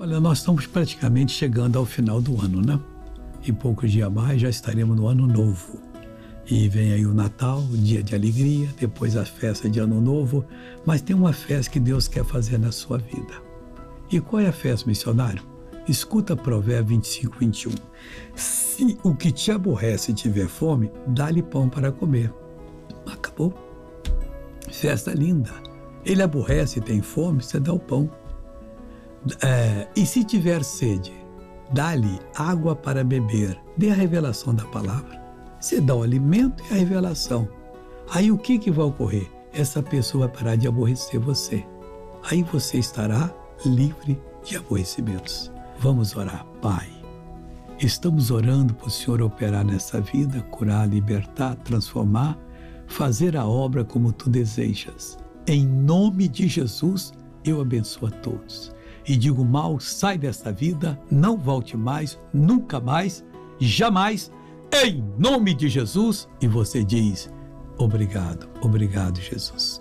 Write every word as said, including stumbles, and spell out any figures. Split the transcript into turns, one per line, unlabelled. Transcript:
Olha, nós estamos praticamente chegando ao final do ano, né? Em poucos dias mais já estaremos no ano novo. E vem aí o Natal, o dia de alegria, depois a festa de Ano Novo, mas tem uma festa que Deus quer fazer na sua vida. E qual é a festa, missionário? Escuta Provérbios vinte e cinco, vinte e um. Se o que te aborrece tiver fome, dá-lhe pão para comer. Acabou. Festa linda. Ele aborrece e tem fome, você dá o pão. É, e se tiver sede, dá-lhe água para beber. Dê a revelação da palavra. Você dá o alimento e a revelação. Aí o que, que vai ocorrer? Essa pessoa vai parar de aborrecer você. Aí você estará livre de aborrecimentos. Vamos orar. Pai, estamos orando para o Senhor operar nessa vida, curar, libertar, transformar, fazer a obra como Tu desejas. Em nome de Jesus, eu abençoo a todos. E digo, mal, sai desta vida, não volte mais, nunca mais, jamais, em nome de Jesus. E você diz, obrigado, obrigado, Jesus.